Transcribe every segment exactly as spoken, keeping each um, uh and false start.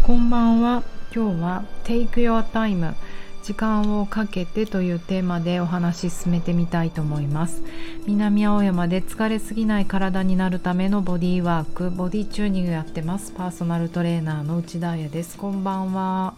こんばんは。今日は Take Your Time 時間をかけてというテーマでお話し進めてみたいと思います。南青山で疲れすぎない体になるためのボディワーク、ボディチューニングやってます。パーソナルトレーナーの内田彩です。こんばんは。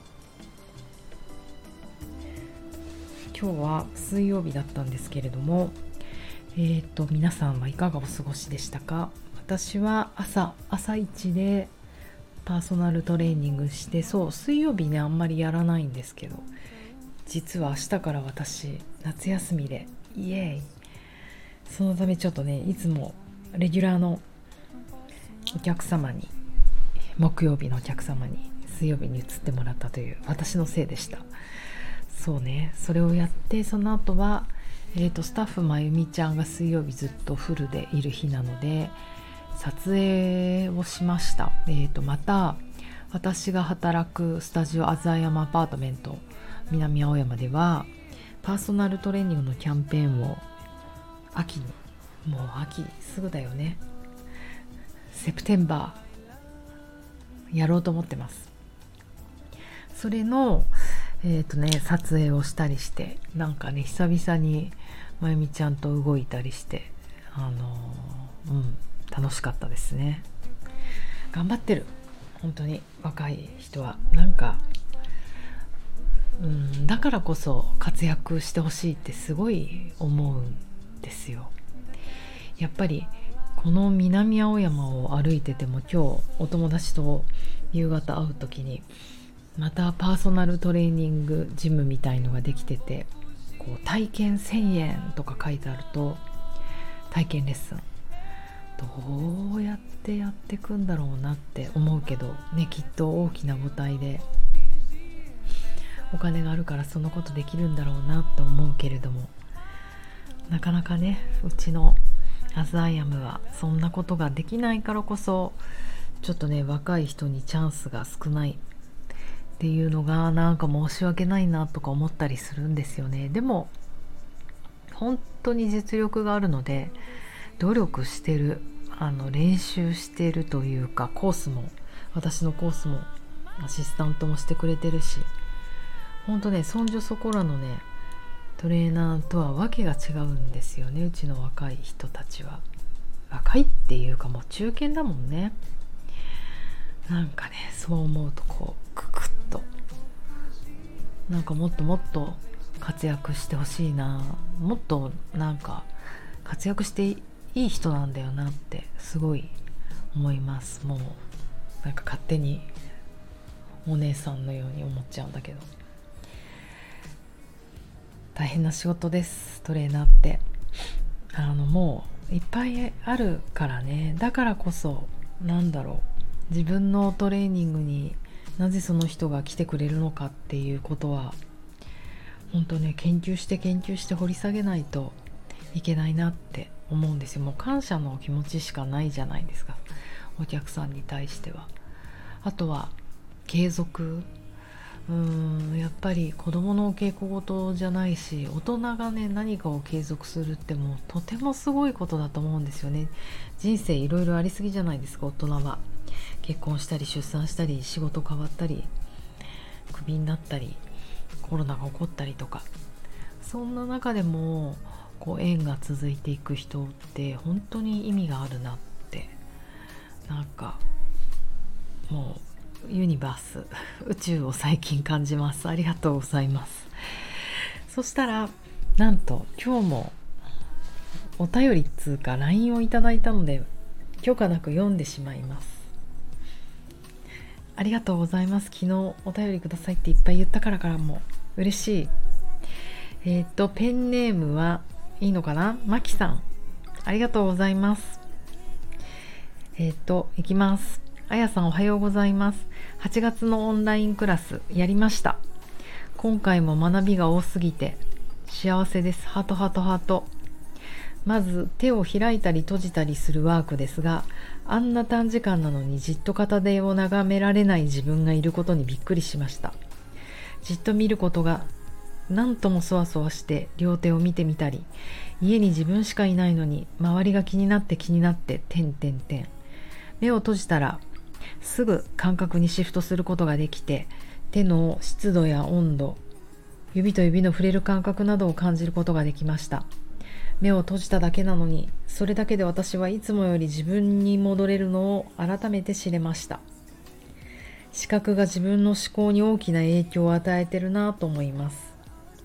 今日は水曜日だったんですけれども、えーと皆さんはいかがお過ごしでしたか？私は朝朝一でパーソナルトレーニングして、そう水曜日ねあんまりやらないんですけど、実は明日から私夏休みでイエーイ。そのためちょっとねいつもレギュラーのお客様に、木曜日のお客様に水曜日に移ってもらったという私のせいでした。そうね、それをやって、その後は、えーとスタッフまゆみちゃんが水曜日ずっとフルでいる日なので撮影をしました。えーとまた私が働くスタジオあざやまアパートメント南青山ではパーソナルトレーニングのキャンペーンを秋に、もう秋すぐだよね、セプテンバーやろうと思ってます。それのえーとね撮影をしたりして、なんかね久々にまゆみちゃんと動いたりして、あのー、うん楽しかったですね。頑張ってる、本当に若い人はなんか、うん、だからこそ活躍してほしいってすごい思うんですよ。やっぱりこの南青山を歩いてても、今日お友達と夕方会う時にまたパーソナルトレーニングジムみたいのができてて、こう体験せんえんとか書いてあると、体験レッスンどうやってやっていくんだろうなって思うけどね、きっと大きな母体でお金があるからそのことできるんだろうなと思うけれども、なかなかねうちのアズアイアムはそんなことができないからこそ、ちょっとね若い人にチャンスが少ないっていうのがなんか申し訳ないなとか思ったりするんですよね。でも本当に実力があるので努力してる、あの練習してるというか、コースも私のコースもアシスタントもしてくれてるし、本当ねそんじょそこらのねトレーナーとはわけが違うんですよね。うちの若い人たちは若いっていうかもう中堅だもんね。なんかねそう思うとこうククッと、なんかもっともっと活躍してほしいな、もっとなんか活躍していい人なんだよなってすごい思います。もうなんか勝手にお姉さんのように思っちゃうんだけど、大変な仕事です。トレーナーってあのもういっぱいあるからね。だからこそなんだろう、自分のトレーニングになぜその人が来てくれるのかっていうことは本当ね研究して研究して掘り下げないといけないなって思うんですよ。もう感謝の気持ちしかないじゃないですか、お客さんに対しては。あとは継続、うーんやっぱり子供の稽古事じゃないし、大人がね何かを継続するってもうとてもすごいことだと思うんですよね。人生いろいろありすぎじゃないですか。大人は結婚したり出産したり仕事変わったりクビになったりコロナが起こったりとか、そんな中でもこう縁が続いていく人って本当に意味があるなって、なんかもうユニバース宇宙を最近感じます。ありがとうございます。そしたらなんと今日もお便りっつうか ライン をいただいたので、許可なく読んでしまいます。ありがとうございます。昨日お便りくださいっていっぱい言ったからからも嬉しい。えっとペンネームはいいのかな、まきさん、ありがとうございます。えっといきます。あやさんおはようございます。はちがつのオンラインクラスやりました。今回も学びが多すぎて幸せです。ハートハートハート。まず手を開いたり閉じたりするワークですが、あんな短時間なのにじっと片手を眺められない自分がいることにびっくりしました。じっと見ることがなんともそわそわして両手を見てみたり、家に自分しかいないのに周りが気になって気になって点点点。目を閉じたらすぐ感覚にシフトすることができて、手の湿度や温度、指と指の触れる感覚などを感じることができました。目を閉じただけなのに、それだけで私はいつもより自分に戻れるのを改めて知れました。視覚が自分の思考に大きな影響を与えてるなと思います。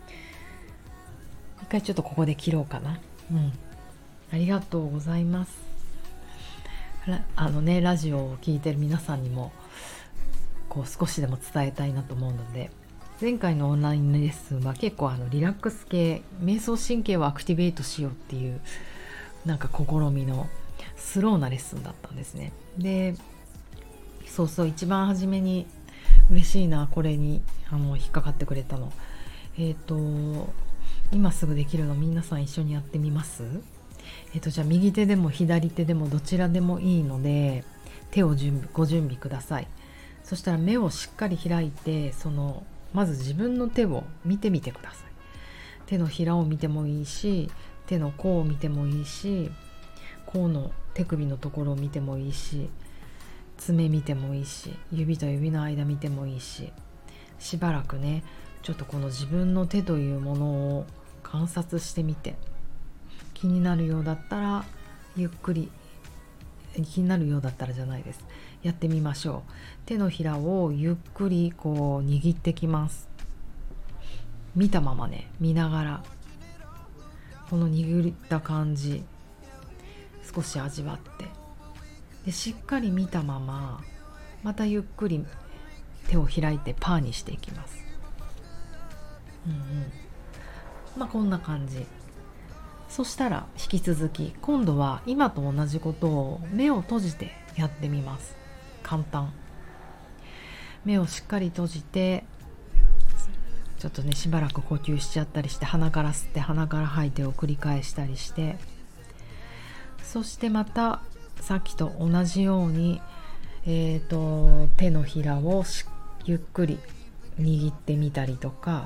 一回ちょっとここで切ろうかな。うん。ありがとうございます。あのね、ラジオを聞いてる皆さんにもこう少しでも伝えたいなと思うので、前回のオンラインレッスンは結構あのリラックス系、瞑想神経をアクティベートしようっていうなんか試みのスローなレッスンだったんですね。で、そうそう、一番初めに嬉しいな、これにあの引っかかってくれたの。えっと今すぐできるの皆さん一緒にやってみます？えっとじゃあ右手でも左手でもどちらでもいいので、手を準備ご準備ください。そしたら目をしっかり開いて、そのまず自分の手を見てみてください。手のひらを見てもいいし、手の甲を見てもいいし、甲の手首のところを見てもいいし、爪見てもいいし、指と指の間見てもいいし、しばらくね、ちょっとこの自分の手というものを観察してみて、気になるようだったらゆっくり、気になるようだったらじゃないです、やってみましょう。手のひらをゆっくりこう握ってきます。見たままね、見ながらこの握った感じ少し味わって、でしっかり見たまままたゆっくり手を開いてパーにしていきます。うんうん、まあこんな感じ。そしたら引き続き今度は今と同じことを目を閉じてやってみます。簡単。目をしっかり閉じて、ちょっとねしばらく呼吸しちゃったりして、鼻から吸って鼻から吐いてを繰り返したりして、そしてまたさっきと同じように、えーと、手のひらをゆっくり握ってみたりとか、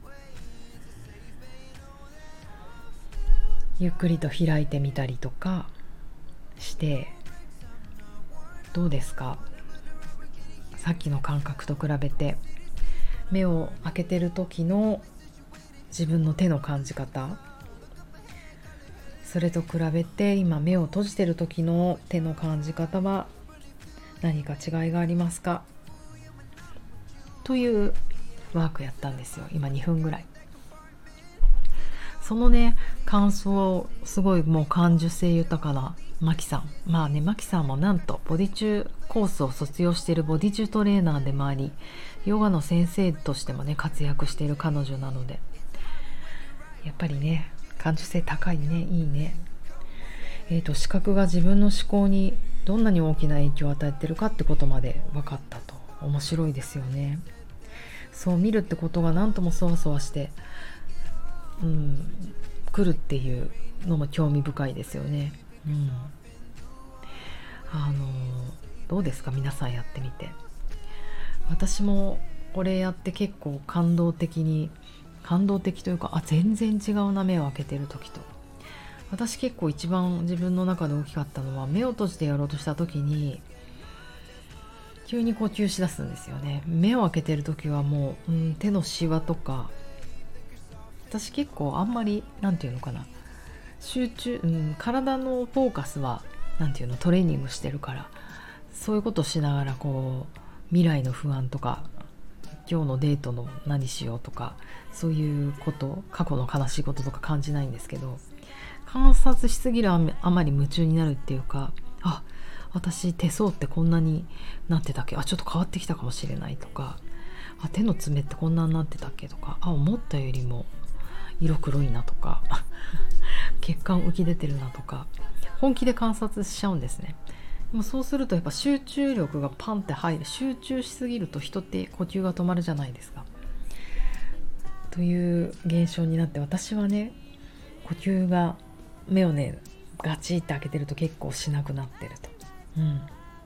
ゆっくりと開いてみたりとかして、どうですか？さっきの感覚と比べて、目を開けてる時の自分の手の感じ方、それと比べて今目を閉じてる時の手の感じ方は何か違いがありますか？というワークやったんですよ。今にふんぐらい。そのね感想をすごいもう感受性豊かなマキさん、まあねマキさんもなんとボディチューコースを卒業しているボディチュートレーナーでもあり、ヨガの先生としてもね活躍している彼女なので、やっぱりね感受性高いね、いいね。えーと視覚が自分の思考にどんなに大きな影響を与えているかってことまで分かったと。面白いですよね。そう見るってことが何ともそわそわしてうん、来るっていうのも興味深いですよね。うん、あのどうですか皆さんやってみて。私もこれやって結構感動的に感動的というか、あ全然違うな、目を開けてる時と。私結構一番自分の中で大きかったのは、目を閉じてやろうとした時に急に呼吸しだすんですよね。目を開けてる時はもう、うん、手のシワとか、私結構あんまりなんていうのかな、集中、うん、体のフォーカスはなんていうのトレーニングしてるから、そういうことをしながらこう未来の不安とか今日のデートの何しようとか、そういうこと過去の悲しいこととか感じないんですけど、観察しすぎるあまり夢中になるっていうか、あ私手相ってこんなになってたっけ、あちょっと変わってきたかもしれないとか、あ手の爪ってこんなになってたっけとか、あ思ったよりも色黒いなとか血管浮き出てるなとか、本気で観察しちゃうんですね。でもそうするとやっぱ集中力がパンって入る。集中しすぎると人って呼吸が止まるじゃないですか、という現象になって、私はね呼吸が目をねガチって開けてると結構しなくなってると、うん、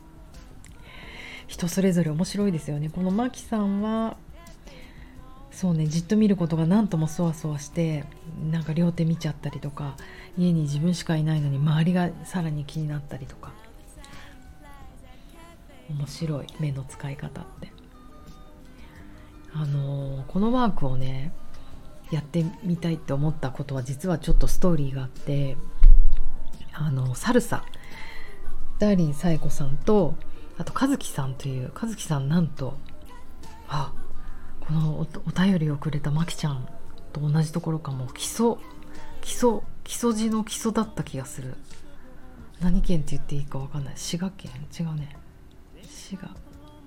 人それぞれ面白いですよね。このマキさんはそうね、じっと見ることが何ともそわそわして、なんか両手見ちゃったりとか、家に自分しかいないのに周りがさらに気になったりとか、 面白い目の使い方って。あのー、このワークをねやってみたいって思ったことは実はちょっとストーリーがあって、あのサルサダーリン紗栄子さんと、あと和樹さんという、和樹さんなんとあこの お, お便りをくれたまきちゃんと同じところかも。基礎基礎基礎地の基礎だった気がする。何県って言っていいか分かんない。滋賀県違うね。滋賀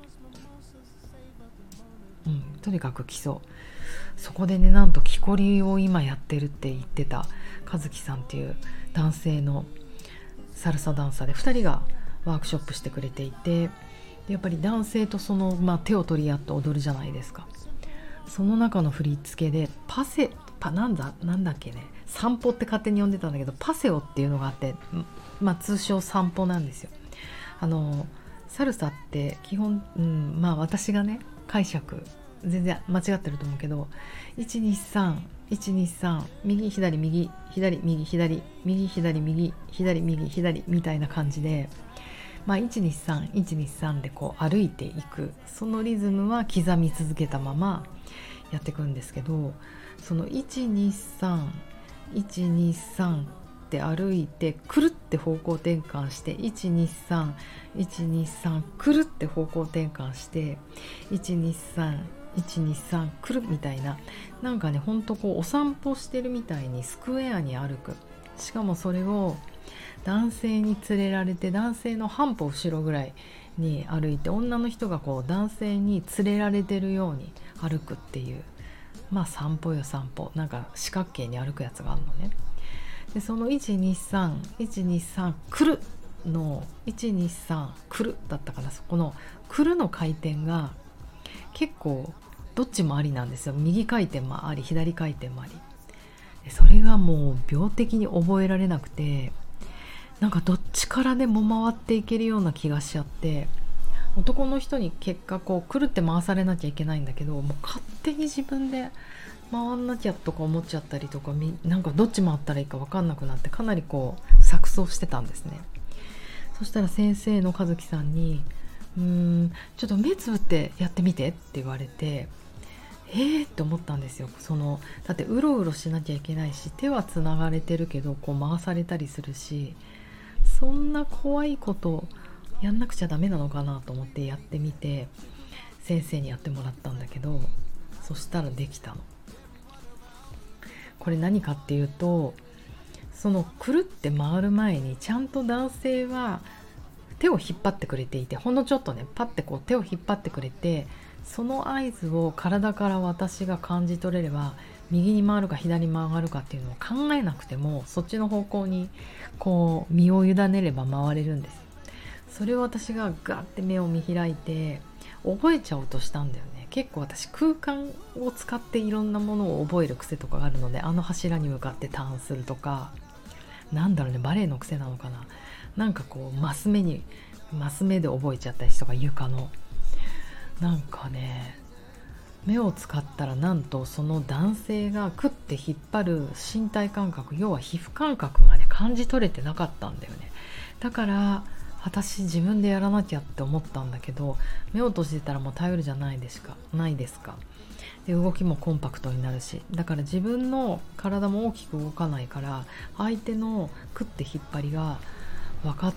うんとにかく基礎。そこでねなんと木こりを今やってるって言ってた和樹さんっていう男性のサルサダンサーでふたりがワークショップしてくれていて、でやっぱり男性とその、まあ、手を取り合って踊るじゃないですか。その中の振り付けでパセパなんだなんだっけね散歩って勝手に呼んでたんだけど、パセオっていうのがあって、まあ、通称散歩なんですよ。あのサルサって基本、うん、まあ私がね解釈全然間違ってると思うけど、いちにさんいちにさん右左右左右左右左右左右左みたいな感じで、まあ、いちにさんいちにさんでこう歩いていく、そのリズムは刻み続けたままやっていくんですけど、そのいちにさんいちにさんって歩いてくるって方向転換して、いちにさんいちにさんくるって方向転換して、いちにさんいちにさんくるみたいな、なんかねほんとこうお散歩してるみたいにスクエアに歩く。しかもそれを男性に連れられて、男性の半歩後ろぐらいに歩いて、女の人がこう男性に連れられてるように歩くっていう、まあ散歩よ散歩、なんか四角形に歩くやつがあるのね。でそのいちにさんいちにさんくるのいちにさんくるだったかな、そこのくるの回転が結構どっちもありなんですよ。右回転もあり左回転もあり。それがもう病的に覚えられなくて、なんかどっちからでも回っていけるような気がしちゃって、男の人に結果こうくるって回されなきゃいけないんだけど、もう勝手に自分で回んなきゃとか思っちゃったりとか、なんかどっち回ったらいいか分かんなくなって、かなりこう錯綜してたんですね。そしたら先生の和樹さんにうーんちょっと目つぶってやってみてって言われて、えーって思ったんですよ。そのだってうろうろしなきゃいけないし、手はつながれてるけどこう回されたりするし、そんな怖いことやんなくちゃダメなのかなと思ってやってみて、先生にやってもらったんだけど、そしたらできたの。これ何かっていうと、そのくるって回る前にちゃんと男性は手を引っ張ってくれていて、ほんのちょっとねパッてこう手を引っ張ってくれて、その合図を体から私が感じ取れれば、右に回るか左に曲がるかっていうのを考えなくても、そっちの方向にこう身を委ねれば回れるんです。それを私がガッて目を見開いて覚えちゃおうとしたんだよね。結構私空間を使っていろんなものを覚える癖とかがあるので、あの柱に向かってターンするとか、なんだろうね、バレエの癖なのかな、なんかこうマス目にマス目で覚えちゃったりとか、床のなんかね、目を使ったらなんとその男性がクッて引っ張る身体感覚、要は皮膚感覚がね感じ取れてなかったんだよね。だから私自分でやらなきゃって思ったんだけど、目を閉じてたらもう頼るじゃないですかないですか。で動きもコンパクトになるし、だから自分の体も大きく動かないから、相手のクッて引っ張りが分かって、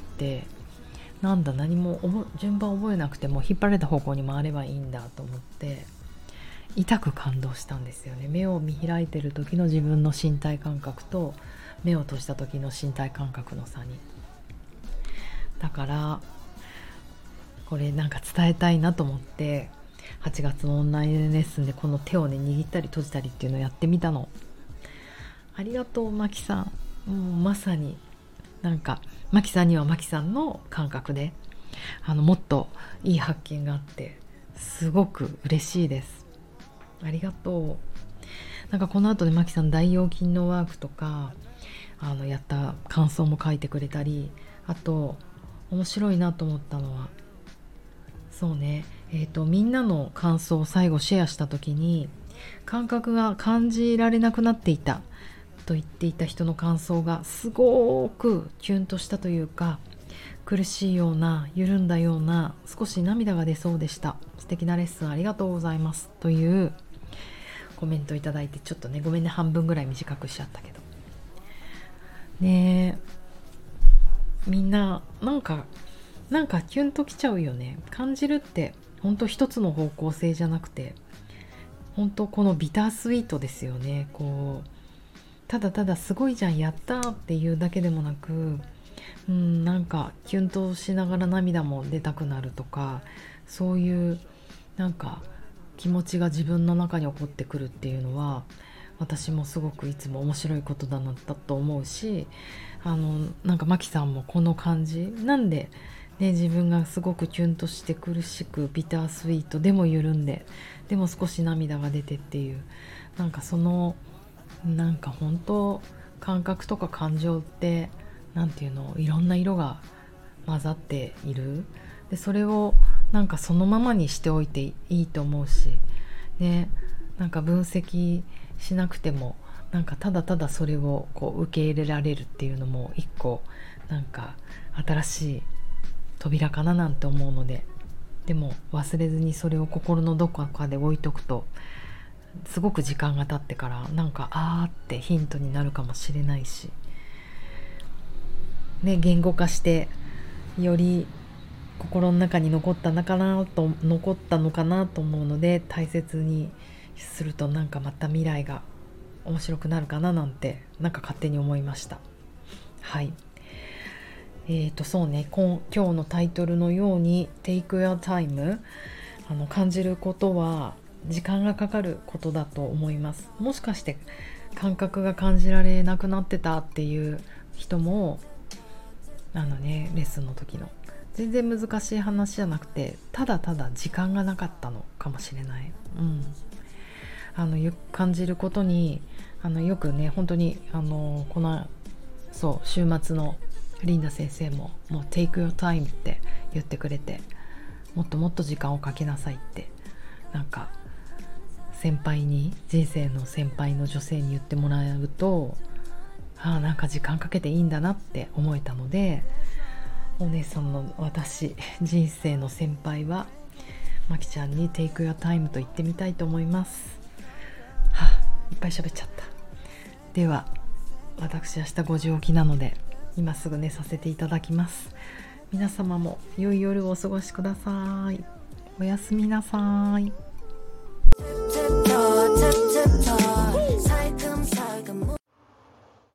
なんだ何も順番覚えなくても引っ張られた方向に回ればいいんだと思って、痛く感動したんですよね。目を見開いてる時の自分の身体感覚と目を閉じた時の身体感覚の差に。だからこれなんか伝えたいなと思って、はちがつのオンラインレッスンでこの手をね握ったり閉じたりっていうのをやってみたの。ありがとうマキさん。もうまさになんかマキさんにはマキさんの感覚であのもっといい発見があって、すごく嬉しいです。ありがとう。なんかこの後でマキさん大腰筋のワークとかあのやった感想も書いてくれたり、あと面白いなと思ったのは、そうね、えーと、みんなの感想を最後シェアした時に、感覚が感じられなくなっていたと言っていた人の感想がすごくキュンとしたというか、 苦しいような緩んだような少し涙が出そうでした。素敵なレッスンありがとうございますというコメントいただいて、ちょっとねごめんね、半分ぐらい短くしちゃったけどね。えみんななんかなんかキュンときちゃうよね。感じるって本当一つの方向性じゃなくて、本当このビタースイートですよね。こうただただすごいじゃんやったーっていうだけでもなく、うん、なんかキュンとしながら涙も出たくなるとか、そういうなんか気持ちが自分の中に起こってくるっていうのは、私もすごくいつも面白いことだなったと思うし、あのなんかマキさんもこの感じなんでね、自分がすごくキュンとして苦しくビタースイートでも緩んででも少し涙が出てっていう、なんかそのなんか本当感覚とか感情ってなんていうの、いろんな色が混ざっている。でそれをなんかそのままにしておいていいと思うしね、なんか分析しなくてもなんかただただそれをこう受け入れられるっていうのも一個なんか新しい扉かななんて思うので、でも忘れずにそれを心のどこかで置いとくと、すごく時間が経ってからなんかあーってヒントになるかもしれないしね、言語化してより心の中に残ったのかなと残ったのかなと思うので、大切にするとなんかまた未来が面白くなるかななんてなんか勝手に思いました。はい。えーとそうね、今日のタイトルのように Take your time、 あの感じることは時間がかかることだと思います。もしかして感覚が感じられなくなってたっていう人も、あのねレッスンの時の全然難しい話じゃなくて、ただただ時間がなかったのかもしれない。うん、あの感じることにあのよくね、本当にあのこのそう週末のリンダ先生ももう Take your time って言ってくれて、もっともっと時間をかけなさいってなんか先輩に、人生の先輩の女性に言ってもらうと、ああなんか時間かけていいんだなって思えたので、お姉さんの私、人生の先輩はまきちゃんに Take your time と言ってみたいと思います。はあ、いっぱい喋っちゃった。では私明日ごじ起きなので今すぐ寝させていただきます。皆様も良い夜をお過ごしください。おやすみなさい。